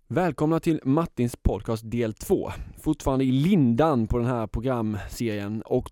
Välkomna till Martins podcast del 2. Fortfarande i lindan på den här programserien. Och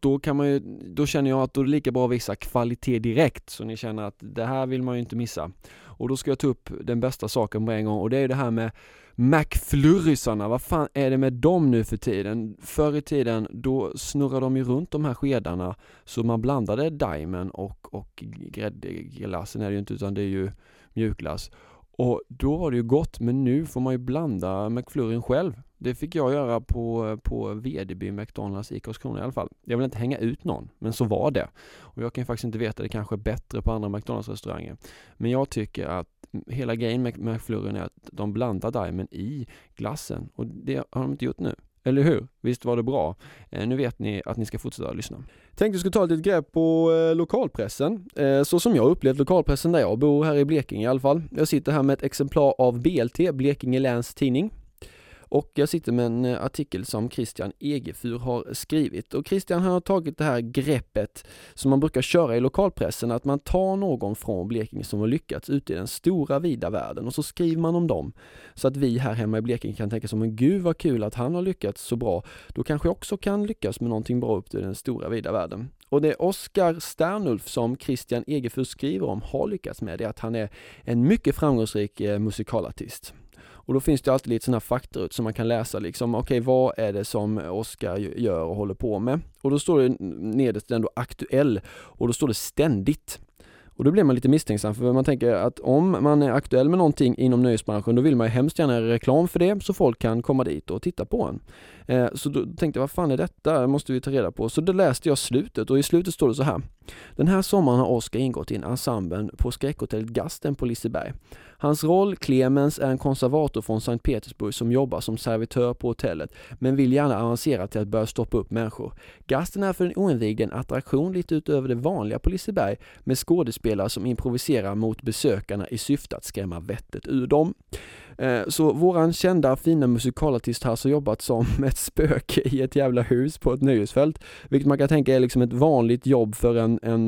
då känner jag att det är lika bra att visa kvalitet direkt. Så ni känner att det här vill man ju inte missa. Och då ska jag ta upp den bästa saken på en gång. Och det är det här med McFlurrysarna. Vad fan är det med dem nu för tiden? Förr i tiden då snurrar de ju runt de här skedarna. Så man blandade Diamond och gräddglassen är det ju inte, utan det är ju mjukglass. Och då var det ju gott, men nu får man ju blanda McFlurryn själv. Det fick jag göra på VDB McDonalds i Karlskrona i alla fall. Jag vill inte hänga ut någon, men så var det. Och jag kan faktiskt inte veta, det kanske är bättre på andra McDonalds-restauranger. Men jag tycker att hela grejen med McFlurryn är att de blandar Diamond i glassen. Och det har de inte gjort nu. Eller hur? Visst var det bra? Nu vet ni att ni ska fortsätta att lyssna. Tänkte jag skulle ta ett litet grepp på lokalpressen. Så som jag upplevt lokalpressen där jag bor här i Blekinge i alla fall. Jag sitter här med ett exemplar av BLT, Blekinge Läns Tidning. Och jag sitter med en artikel som Christian Egefur har skrivit. Och Christian har tagit det här greppet som man brukar köra i lokalpressen. Att man tar någon från Blekinge som har lyckats ute i den stora vida världen. Och så skriver man om dem. Så att vi här hemma i Blekinge kan tänka som en gud vad kul att han har lyckats så bra. Då kanske jag också kan lyckas med någonting bra upp i den stora vida världen. Och det Oskar Sternulf som Christian Egefur skriver om har lyckats med det att han är en mycket framgångsrik musikalartist. Och då finns det alltid lite sådana faktor ut som man kan läsa liksom, okej, vad är det som Oskar gör och håller på med? Och då står det nederst ändå aktuell och då står det ständigt. Och då blir man lite misstänksam, för man tänker att om man är aktuell med någonting inom nöjesbranschen, då vill man ju hemskt gärna göra reklam för det så folk kan komma dit och titta på en. Så då tänkte jag, vad fan är detta? Det måste vi ta reda på. Så då läste jag slutet och i slutet står det så här. Den här sommaren har Oskar ingått i en ensemble på skräckhotellet Gasten på Liseberg. Hans roll, Clemens, är en konservator från Sankt Petersburg som jobbar som servitör på hotellet men vill gärna avancera till att börja stoppa upp människor. Gasten är för den oinvigde en attraktion lite utöver det vanliga på Liseberg med skådespelare som improviserar mot besökarna i syfte att skrämma vettet ur dem. Så våran kända fina musikalartist här har jobbat som ett spöke i ett jävla hus på ett nöjesfält, vilket man kan tänka är liksom ett vanligt jobb för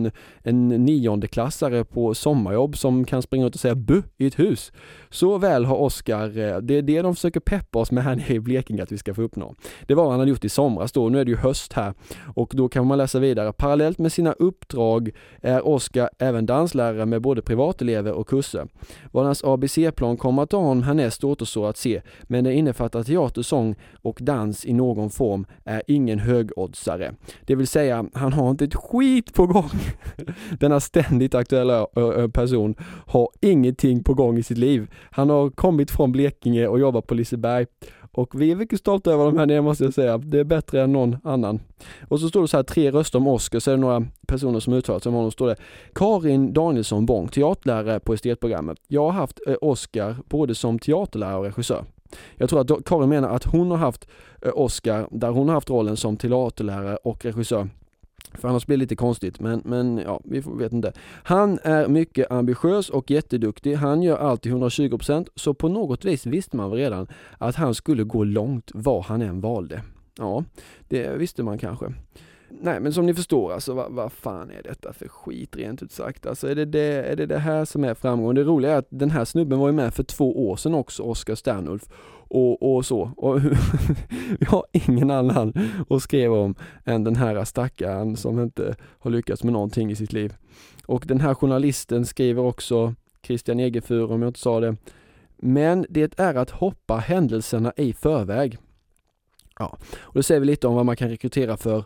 en niondeklassare på sommarjobb som kan springa ut och säga buh i ett hus. Så väl har Oskar, det är det de försöker peppa oss med här nere i Blekinge att vi ska få uppnå. Det var vad han hade gjort i somras då, nu är det ju höst här och då kan man läsa vidare. Parallellt med sina uppdrag är Oskar även danslärare med både privatelever och kurser. Vad hans ABC-plan kommer att ta honom härnäst återstår att se, men det innefattar teater, sång och dans i någon form är ingen högoddsare. Det vill säga, han har inte ett skit på gång. Denna ständigt aktuella person har ingenting på gång i sitt liv. Han har kommit från Blekinge och jobbar på Liseberg. Och vi är mycket stolta över de här nere, måste jag säga. Det är bättre än någon annan. Och så står det så här 3 röster om Oskar. Så är det några personer som uttalat sig om honom. Står det Karin Danielsson Bång, teaterlärare på estetprogrammet. Jag har haft Oskar både som teaterlärare och regissör. Jag tror att Karin menar att hon har haft Oskar där hon har haft rollen som teaterlärare och regissör. För annars blir det lite konstigt, men ja, vi vet inte. Han är mycket ambitiös och jätteduktig. Han gör allt till 120%, så på något vis visste man redan att han skulle gå långt vad han än valde. Ja, det visste man kanske. Nej, men som ni förstår, alltså, vad fan är detta för skit rent ut sagt? Alltså, är det här som är framgång? Det roliga är att den här snubben var ju med för 2 år sedan också, Oskar Sternulf. Och så. Och vi har ingen annan att skriva om än den här stackaren som inte har lyckats med någonting i sitt liv. Och den här journalisten skriver också, Christian Egefur om jag inte sa det, men det är att hoppa händelserna i förväg. Ja, och då säger vi lite om vad man kan rekrytera för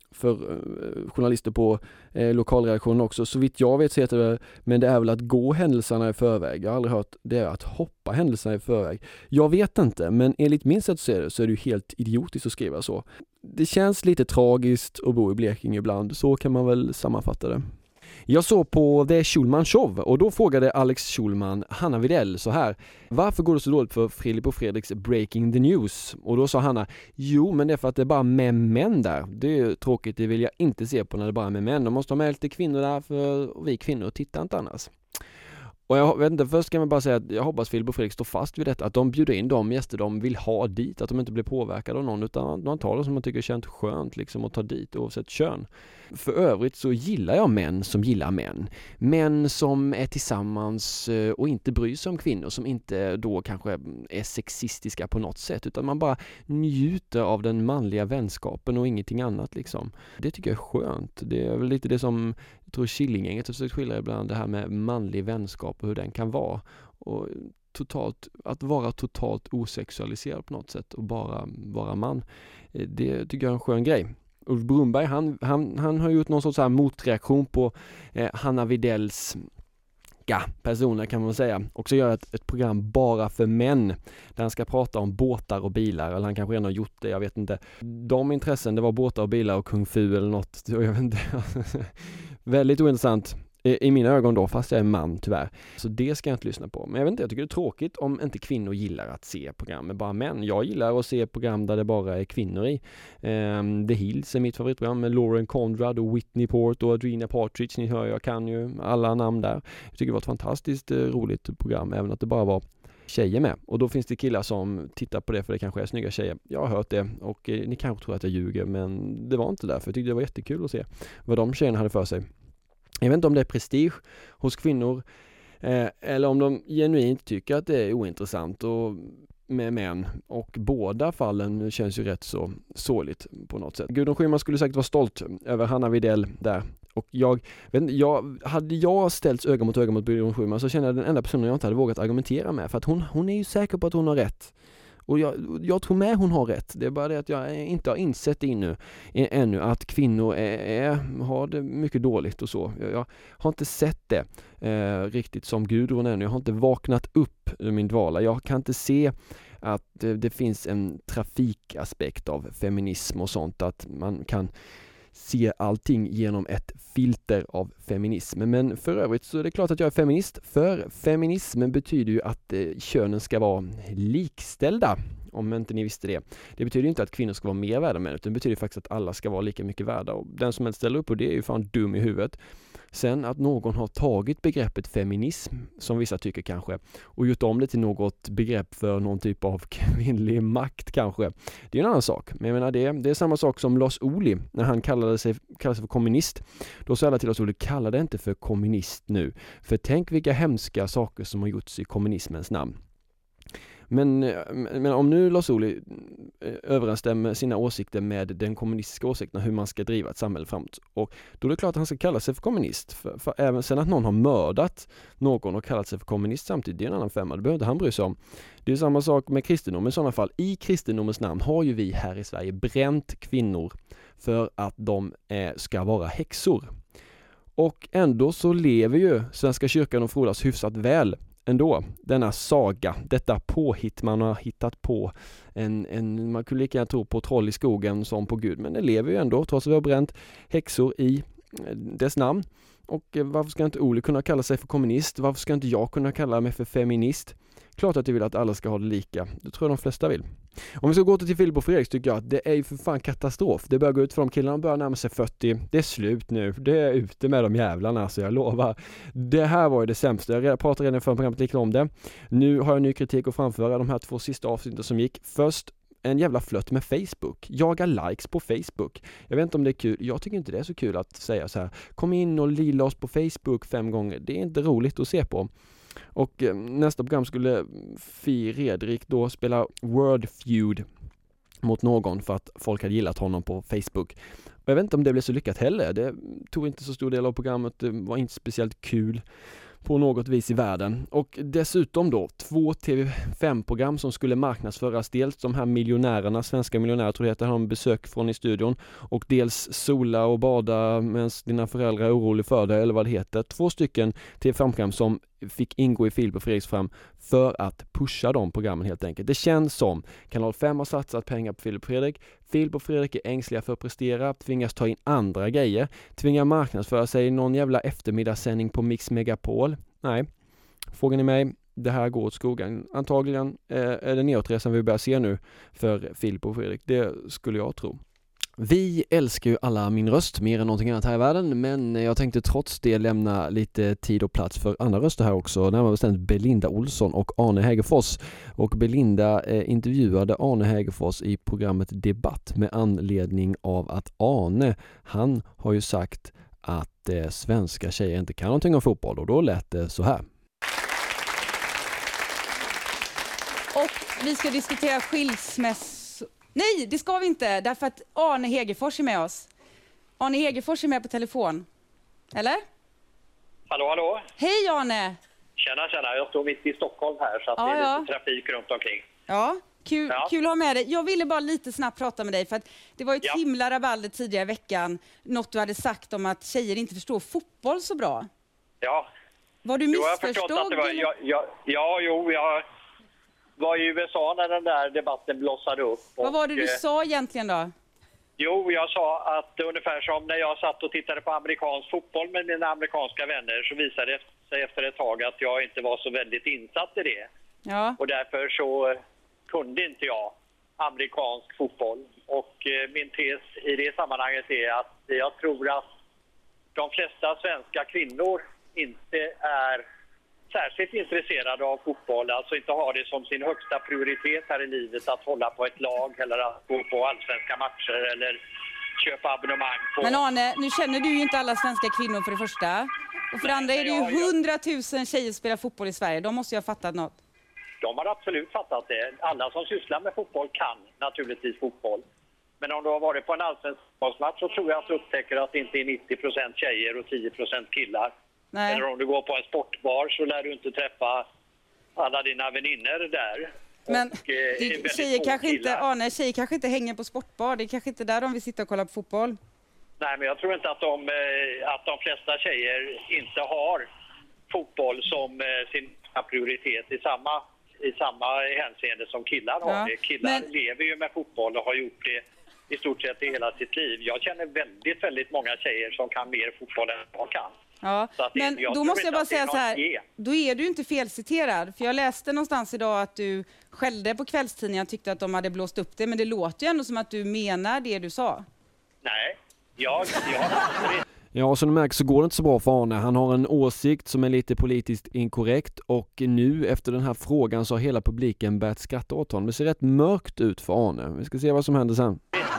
journalister på lokalredaktionen också. Så vitt jag vet så heter det, men det är väl att gå händelserna i förväg. Jag har aldrig hört det är att hoppa händelserna i förväg. Jag vet inte, men enligt min sätt så är det ju helt idiotiskt att skriva så. Det känns lite tragiskt att bo i Blekinge ibland, så kan man väl sammanfatta det. Jag såg på The Schulman Show och då frågade Alex Schulman Hanna Widell så här: varför går det så dåligt för Filip och Fredriks Breaking the News? Och då sa Hanna, jo men det är för att det är bara med män där. Det är tråkigt, det vill jag inte se på när det bara är med män. De måste ha med lite kvinnor där, för vi kvinnor tittar inte annars. Och jag vet inte, först kan man bara säga att jag hoppas Filip och Fredrik står fast vid detta, att de bjuder in de gäster de vill ha dit, att de inte blir påverkade av någon, utan de tar det som man tycker känns skönt liksom att ta dit oavsett kön. För övrigt så gillar jag män som gillar män. Män som är tillsammans och inte bryr sig om kvinnor, som inte då kanske är sexistiska på något sätt, utan man bara njuter av den manliga vänskapen och ingenting annat liksom. Det tycker jag är skönt. Det är väl lite det som jag tror Killinggänget har försökt skilja ibland, det här med manlig vänskap och hur den kan vara. Och att vara totalt osexualiserad på något sätt och bara vara man. Det tycker jag är en skön grej. Ulf Brunberg, han har gjort någon sorts här motreaktion på Hanna Widells personer kan man säga. Och så gör ett program bara för män där han ska prata om båtar och bilar, eller han kanske redan har gjort det, jag vet inte. De intressen, det var båtar och bilar och kung fu eller något, jag vet inte. Väldigt ointressant i mina ögon då, fast jag är man tyvärr. Så det ska jag inte lyssna på. Men jag vet inte, jag tycker det är tråkigt om inte kvinnor gillar att se program med bara män. Jag gillar att se program där det bara är kvinnor i. The Hills är mitt favoritprogram med Lauren Conrad och Whitney Port och Adrina Partridge. Ni hör, jag kan ju alla namn där. Jag tycker det var ett fantastiskt roligt program, även att det bara var tjejer med. Och då finns det killar som tittar på det för det kanske är snygga tjejer. Jag har hört det och ni kanske tror att jag ljuger, men det var inte därför. Jag tyckte det var jättekul att se vad de tjejerna hade för sig. Jag vet inte om det är prestige hos kvinnor eller om de genuint tycker att det är ointressant och med män, och båda fallen känns ju rätt så såligt på något sätt. Gudrun Schyman skulle säkert vara stolt över Hanna Widell där, och hade jag ställts öga mot Gudrun Schyman så känner jag den enda personen jag inte hade vågat argumentera med, för att hon är ju säker på att hon har rätt. Och jag tror med hon har rätt. Det är bara det att jag inte har insett ännu att kvinnor har det mycket dåligt och så. Jag har inte sett det riktigt som Gudrun ännu. Jag har inte vaknat upp ur min dvala. Jag kan inte se att det finns en trafikaspekt av feminism och sånt, att man kan se allting genom ett filter av feminism. Men för övrigt så är det klart att jag är feminist, för feminismen betyder ju att könen ska vara likställda, om inte ni visste det. Det betyder inte att kvinnor ska vara mer värda än män, utan det betyder faktiskt att alla ska vara lika mycket värda, och den som helst ställer upp på det är ju fan dum i huvudet. Sen att någon har tagit begreppet feminism, som vissa tycker kanske, och gjort om det till något begrepp för någon typ av kvinnlig makt kanske. Det är en annan sak. Men jag menar det är samma sak som Lars Ohly när han kallade sig för kommunist. Då sa alla till Lars Ohly, kalla det inte för kommunist nu. För tänk vilka hemska saker som har gjorts i kommunismens namn. Men om nu Lars Ohly överensstämmer sina åsikter med den kommunistiska åsikten hur man ska driva ett samhälle framåt, och då är det klart att han ska kalla sig för kommunist. För även sen att någon har mördat någon och kallat sig för kommunist samtidigt, det är en annan femma, det behöver inte han bry sig om. Det är samma sak med kristendomen i sådana fall. I kristendomens namn har ju vi här i Sverige bränt kvinnor för att de ska vara häxor. Och ändå så lever ju Svenska kyrkan och frodas hyfsat väl ändå. Denna saga, detta påhitt man har hittat på. Man kunde lika gärna tro på troll i skogen som på Gud, men det lever ju ändå trots att vi har bränt häxor i dess namn. Och varför ska inte Ohly kunna kalla sig för kommunist? Varför ska inte jag kunna kalla mig för feminist? Klart att jag vill att alla ska ha det lika. Det tror jag de flesta vill. Om vi ska gå till Filip och Fredrik tycker jag att det är ju för fan katastrof. Det börjar gå ut för de killarna, börjar närma sig 40. Det är slut nu. Det är ute med de jävlarna, så jag lovar. Det här var ju det sämsta. Jag pratade redan för programmet lite om det. Nu har jag ny kritik att framföra. De här 2 sista avsnitten som gick. Först en jävla flött med Facebook. Jaga likes på Facebook. Jag vet inte om det är kul. Jag tycker inte det är så kul att säga så här: kom in och lila oss på Facebook 5 gånger. Det är inte roligt att se på. Och nästa program skulle Redrik då spela Word Feud mot någon för att folk hade gillat honom på Facebook. Och jag vet inte om det blev så lyckat heller. Det tog inte så stor del av programmet. Det var inte speciellt kul på något vis i världen. Och dessutom då 2 TV5-program som skulle marknadsföras. Dels de här miljonärerna, svenska miljonärer tror jag heter, har en besök från i studion. Och dels sola och bada medan dina föräldrar är oroliga för dig, eller vad det heter. 2 stycken TV5-program som fick ingå i Filip och Fredriks fram för att pusha de programmen helt enkelt. Det känns som Kanal 5 har satsat pengar på Filip och Fredrik. Filip och Fredrik är ängsliga för att prestera, tvingas ta in andra grejer, tvingar marknadsföra sig i någon jävla eftermiddagssändning på Mix Megapol. Nej, frågar ni mig, det här går åt skogen. Antagligen är det nedåtresan vi börjar se nu för Filip och Fredrik. Det skulle jag tro. Vi älskar ju alla Min röst mer än någonting annat här i världen, men jag tänkte trots det lämna lite tid och plats för andra röster här också, närmare bestämt Belinda Olsson och Arne Hägerfors. Och Belinda intervjuade Arne Hägerfors i programmet Debatt med anledning av att Arne, han har ju sagt att svenska tjejer inte kan någonting om fotboll, och då lät det så här. Och vi ska diskutera Nej, det ska vi inte, därför att Arne Hägerfors är med oss. Arne Hägerfors är med på telefon. Eller? Hallå? Hej Arne! Tjena. Jag står mitt i Stockholm här, så att det är lite trafik runt omkring. Ja, kul att ha med dig. Jag ville bara lite snabbt prata med dig, för att det var ett himla rabalder tidigare i veckan. Något du hade sagt om att tjejer inte förstår fotboll så bra. Ja. Var du missförstådd? Jag förstått att det var, jag var i USA när den där debatten blossade upp. Vad var det du sa egentligen då? Jo, jag sa att ungefär som när jag satt och tittade på amerikansk fotboll med mina amerikanska vänner, så visade det sig efter ett tag att jag inte var så väldigt insatt i det. Ja. Och därför så kunde inte jag amerikansk fotboll. Och min tes i det sammanhanget är att jag tror att de flesta svenska kvinnor inte är särskilt intresserade av fotboll, alltså inte har det som sin högsta prioritet här i livet att hålla på ett lag eller att gå på allsvenska matcher eller köpa abonnemang på. Men Arne, nu känner du ju inte alla svenska kvinnor för det första. Och för det andra är det ju 100 000 tjejer som spelar fotboll i Sverige. De måste ju ha fattat något. De har absolut fattat det. Alla som sysslar med fotboll kan naturligtvis fotboll. Men om du har varit på en allsvensk match så tror jag att du upptäcker att det inte är 90% tjejer och 10% killar. Nej. Eller om du går på en sportbar så lär du inte träffa alla dina vänner där. Men tjejer kanske inte hänger på sportbar. Det är kanske inte där de vill sitta och kolla på fotboll. Nej, men jag tror inte att de flesta tjejer inte har fotboll som sin prioritet i samma hänseende som killar har det. Killar lever ju med fotboll och har gjort det i stort sett i hela sitt liv. Jag känner väldigt, väldigt många tjejer som kan mer fotboll än jag kan. Ja, men då måste jag bara säga så här, då är du inte felciterad. För jag läste någonstans idag att du skällde på kvällstidningen och tyckte att de hade blåst upp det. Men det låter ju ändå som att du menar det du sa. Nej, Ja, som du märker så går det inte så bra för Arne. Han har en åsikt som är lite politiskt inkorrekt, och nu efter den här frågan så har hela publiken börjat skratta åt honom. Det ser rätt mörkt ut för Arne. Vi ska se vad som händer sen.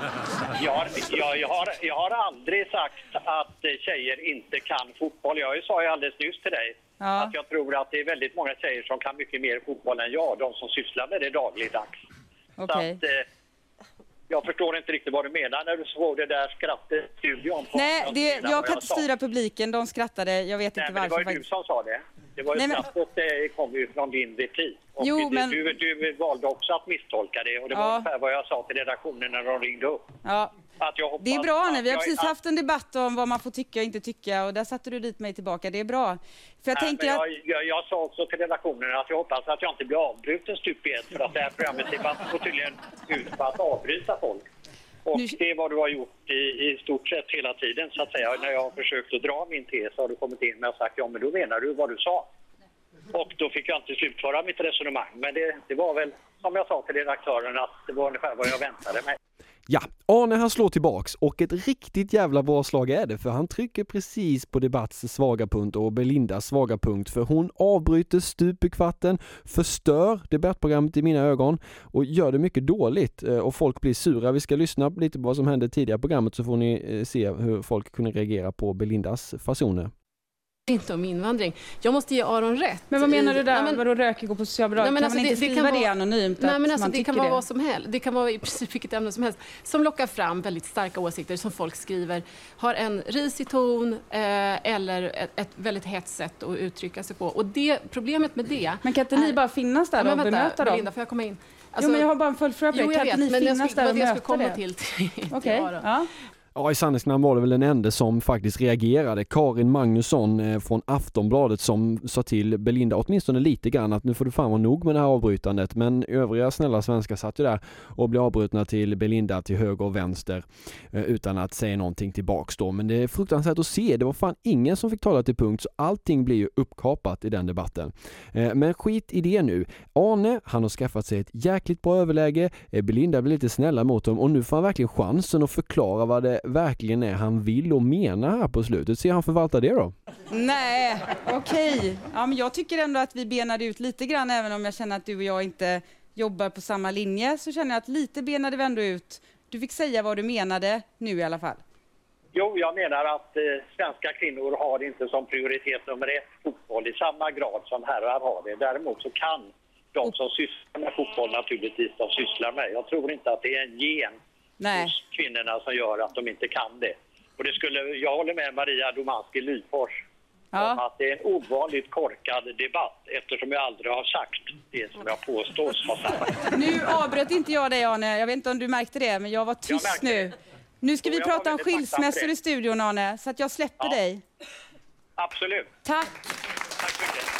Jag har aldrig sagt att tjejer inte kan fotboll. Jag sa ju alldeles nyss till dig att jag tror att det är väldigt många tjejer som kan mycket mer fotboll än jag, de som sysslar med det dagligdags. Okay. Så att, jag förstår inte riktigt vad du menar när du såg det där skrattet i studion. Nej, jag kan inte styra publiken, de skrattade, jag vet inte varför. Men det var ju du som sa det. Det var ju skrattet, det kom ju från din replik. Och du valde också att misstolka det, och det var ungefär vad jag sa till redaktionen när de ringde upp. Ja. Det är bra nu, vi har precis haft en debatt om vad man får tycka och inte tycka, och där satte du dit mig tillbaka, det är bra. För jag sa också till redaktionen att jag hoppas att jag inte blir avbruten stup i ett, för att det här programmet går tydligen ut på att avbryta folk. Och det är vad du har gjort i stort sett hela tiden, så att säga. När jag har försökt att dra min tes har du kommit in med och sagt, ja men då menar du vad du sa. Och då fick jag inte slutföra mitt resonemang, men det var väl som jag sa till redaktören att det var ungefär vad jag väntade mig. Ja, Arne han slår tillbaks, och ett riktigt jävla bra slag är det, för han trycker precis på Debatts svaga punkt och Belindas svaga punkt, för hon avbryter stup i kvarten, förstör debattprogrammet i mina ögon och gör det mycket dåligt, och folk blir sura. Vi ska lyssna lite på vad som hände tidigare i programmet, så får ni se hur folk kunde reagera på Belindas fasoner. Inte om invandring. Jag måste ge Aron rätt. Men vad menar du där? Vadå röker går på socialbidrag? Kan man inte skriva det anonymt? Nej, men alltså, det kan vara vad som helst. Det kan vara i princip vilket ämne som helst som lockar fram väldigt starka åsikter som folk skriver har en risig ton eller ett väldigt hett sätt att uttrycka sig på. Och det problemet med det... Men kan inte ni bara finnas där och bemöta dem? Belinda, får jag komma in? Alltså, men jag har bara en följdfråga på det. Kan inte ni finnas där och möta det? Okej, ja. Ja, i sanningens namn var det väl den enda som faktiskt reagerade. Karin Magnusson från Aftonbladet som sa till Belinda åtminstone lite grann att nu får du fan vara nog med det här avbrytandet. Men övriga snälla svenskar satt ju där och blev avbrutna till Belinda till höger och vänster utan att säga någonting tillbaks då. Men det är fruktansvärt att se. Det var fan ingen som fick tala till punkt, så allting blir ju uppkapat i den debatten. Men skit i det nu. Arne, han har skaffat sig ett jäkligt bra överläge. Belinda blir lite snälla mot honom och nu får han verkligen chansen att förklara vad det verkligen är han vill och menar här på slutet. Ser han förvalta det då? Nej, okej. Ja, men jag tycker ändå att vi benade ut lite grann, även om jag känner att du och jag inte jobbar på samma linje, så känner jag att lite benade vi ändå ut. Du fick säga vad du menade nu i alla fall. Jo, jag menar att svenska kvinnor har inte som prioritet nummer 1 fotboll i samma grad som herrar har det. Däremot så kan de som sysslar med fotboll naturligtvis de sysslar med. Jag tror inte att det är en gen hos kvinnorna som gör att de inte kan det. Och jag håller med Maria Domanski-Lyfors om att det är en ovanligt korkad debatt, eftersom jag aldrig har sagt det som jag påstås ha sagt. Nu avbröt inte jag dig, Arne. Jag vet inte om du märkte det, men jag var tyst nu. Nu ska vi prata om skilsmässor i studion, Arne, så att jag släpper dig. Absolut. Tack. Tack så mycket.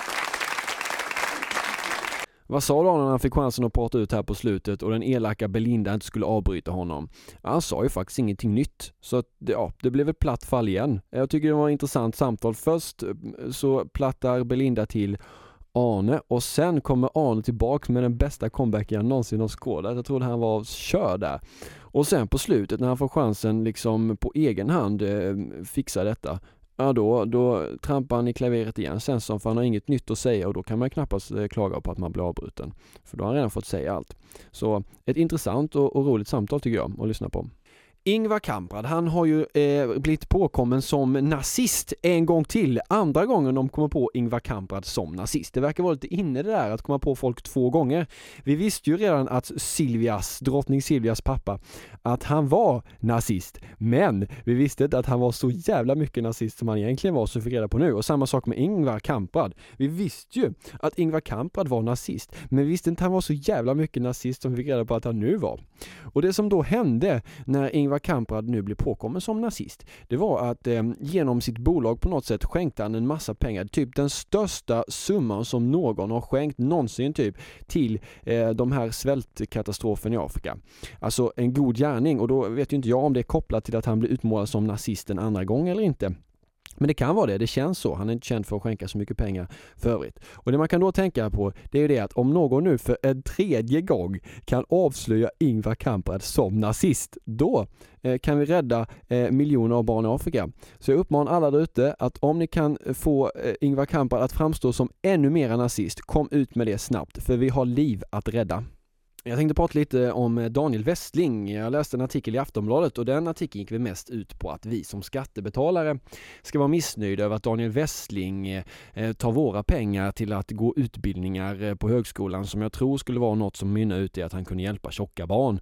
Vad sa då när han fick chansen att prata ut här på slutet och den elaka Belinda inte skulle avbryta honom? Han sa ju faktiskt ingenting nytt. Så att, det blev ett platt fall igen. Jag tycker det var ett intressant samtal. Först så plattar Belinda till Arne och sen kommer Arne tillbaka med den bästa comebacken jag någonsin har skådat. Jag trodde han var körd där. Och sen på slutet när han får chansen liksom på egen hand fixa detta. Ja, då trampar han i klaveret igen sen, för han har inget nytt att säga och då kan man knappast klaga på att man blir avbruten. För då har han redan fått säga allt. Så ett intressant och roligt samtal tycker jag att lyssna på. Ingvar Kamprad, han har ju blivit påkommen som nazist en gång till. Andra gången de kommer på Ingvar Kamprad som nazist. Det verkar vara lite inne det där att komma på folk 2 gånger. Vi visste ju redan att drottning Silvias pappa, att han var nazist. Men vi visste inte att han var så jävla mycket nazist som han egentligen var, så fick reda på nu. Och samma sak med Ingvar Kamprad. Vi visste ju att Ingvar Kamprad var nazist. Men vi visste inte att han var så jävla mycket nazist som vi fick reda på att han nu var. Och det som då hände när Ingvar Kamprad nu blev påkommen som nazist, det var att genom sitt bolag på något sätt skänkte han en massa pengar, typ den största summan som någon har skänkt någonsin typ till de här svältkatastrofen i Afrika. Alltså en god gärning, och då vet ju inte jag om det är kopplat till att han blev utmålad som nazist en andra gång eller inte. Men det kan vara det känns så. Han är inte känd för att skänka så mycket pengar för övrigt. Och det man kan då tänka på, det är ju det att om någon nu för en 3:e gång kan avslöja Ingvar Kamprad som nazist, då kan vi rädda miljoner av barn i Afrika. Så jag uppmanar alla där ute att om ni kan få Ingvar Kamprad att framstå som ännu mer nazist, kom ut med det snabbt, för vi har liv att rädda. Jag tänkte prata lite om Daniel Westling. Jag läste en artikel i Aftonbladet och den artikeln gick vi mest ut på att vi som skattebetalare ska vara missnöjda över att Daniel Westling tar våra pengar till att gå utbildningar på högskolan som jag tror skulle vara något som mynnar ut i att han kunde hjälpa tjocka barn.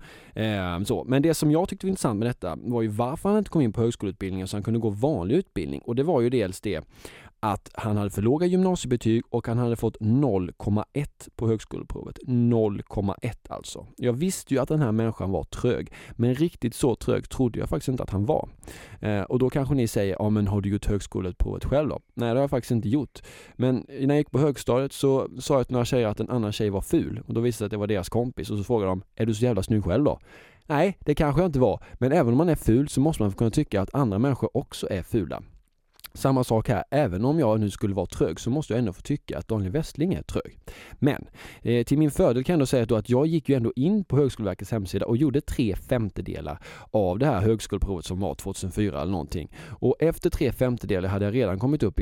Men det som jag tyckte var intressant med detta var ju varför han inte kom in på högskoleutbildningen så han kunde gå vanlig utbildning. Och det var ju dels det att han hade för låga gymnasiebetyg och han hade fått 0,1 på högskoleprovet. 0,1 alltså. Jag visste ju att den här människan var trög, men riktigt så trög trodde jag faktiskt inte att han var. Och då kanske ni säger, ja men har du gjort högskoleprovet själv då? Nej, det har jag faktiskt inte gjort. Men när jag gick på högstadiet så sa jag till några tjejer att en annan tjej var ful. Och då visste jag att det var deras kompis och så frågade de, är du så jävla snygg själv då? Nej, det kanske jag inte var. Men även om man är ful så måste man kunna tycka att andra människor också är fula. Samma sak här, även om jag nu skulle vara trög så måste jag ändå få tycka att Daniel Westling är trög. Men till min fördel kan jag ändå säga då att jag gick ju ändå in på Högskoleverkets hemsida och gjorde 3/5 av det här högskoleprovet som var 2004 eller någonting. Och efter 3/5 hade jag redan kommit upp i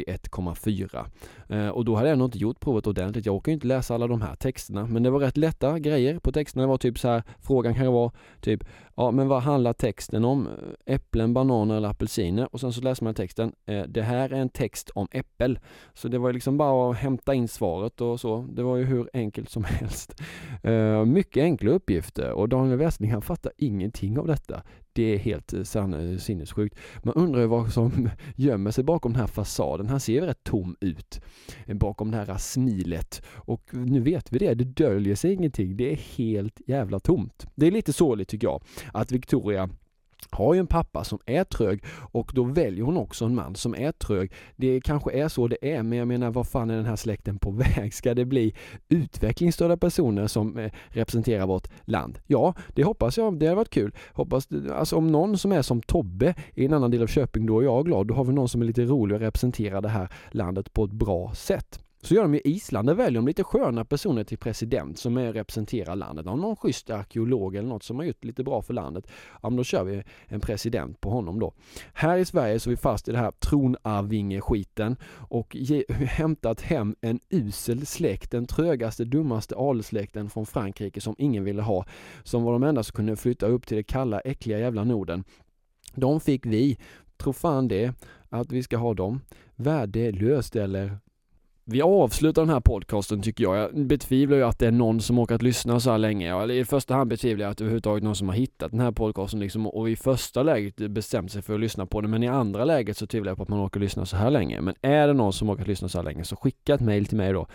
1,4. Och då hade jag ändå inte gjort provet ordentligt. Jag orkar ju inte läsa alla de här texterna, men det var rätt lätta grejer på texterna. Det var typ så här, frågan kan vara typ, ja men vad handlar texten om? Äpplen, bananer eller apelsiner? Och sen så läser man texten, det här är en text om äppel. Så det var liksom bara att hämta in svaret och så. Det var ju hur enkelt som helst. Mycket enkla uppgifter och Daniel Westling han fattar ingenting av detta. Det är helt sinnessjukt. Man undrar ju vad som gömmer sig bakom den här fasaden. Han ser rätt tom ut bakom det här smilet. Och nu vet vi det. Det döljer sig ingenting. Det är helt jävla tomt. Det är lite sorgligt tycker jag att Victoria har ju en pappa som är trög och då väljer hon också en man som är trög. Det kanske är så det är, men jag menar, vad fan är den här släkten på väg? Ska det bli utvecklingsstörda personer som representerar vårt land? Ja, det hoppas jag. Det har varit kul. Hoppas, alltså om någon som är som Tobbe i en annan del av Köping, då är jag glad. Då har vi någon som är lite rolig och representerar det här landet på ett bra sätt. Så gör de i Island, där väljer de lite sköna personer till president som representerar landet. Om någon schysst arkeolog eller något som har gjort lite bra för landet, ja, men då kör vi en president på honom då. Här i Sverige så är vi fast i det här tronarvinge-skiten och hämtat hem en usel släkt, den trögaste, dummaste adelssläkten från Frankrike som ingen ville ha. Som var de enda som kunde flytta upp till det kalla, äckliga jävla Norden. De fick vi, tro fan det, att vi ska ha dem värdelöst eller... Vi avslutar den här podcasten tycker jag. Jag betvivlar ju att det är någon som åker att lyssna så här länge. Eller i första hand betvivlar jag att det överhuvudtaget någon som har hittat den här podcasten liksom, och i första läget bestämt sig för att lyssna på den. Men i andra läget så tvivlar jag på att man åker att lyssna så här länge. Men är det någon som åker att lyssna så här länge så skicka ett mejl till mig då.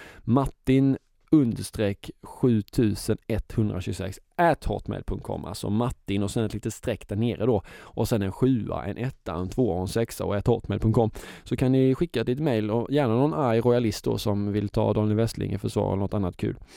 Martin_7126 alltså Martin och sen ett litet streck där nere då och sen en 7, en 1, en 2 och en 6 och @hotmail.com, så kan ni skicka ett mejl och gärna någon arg royalist då som vill ta Daniel Westling i försvar eller något annat kul.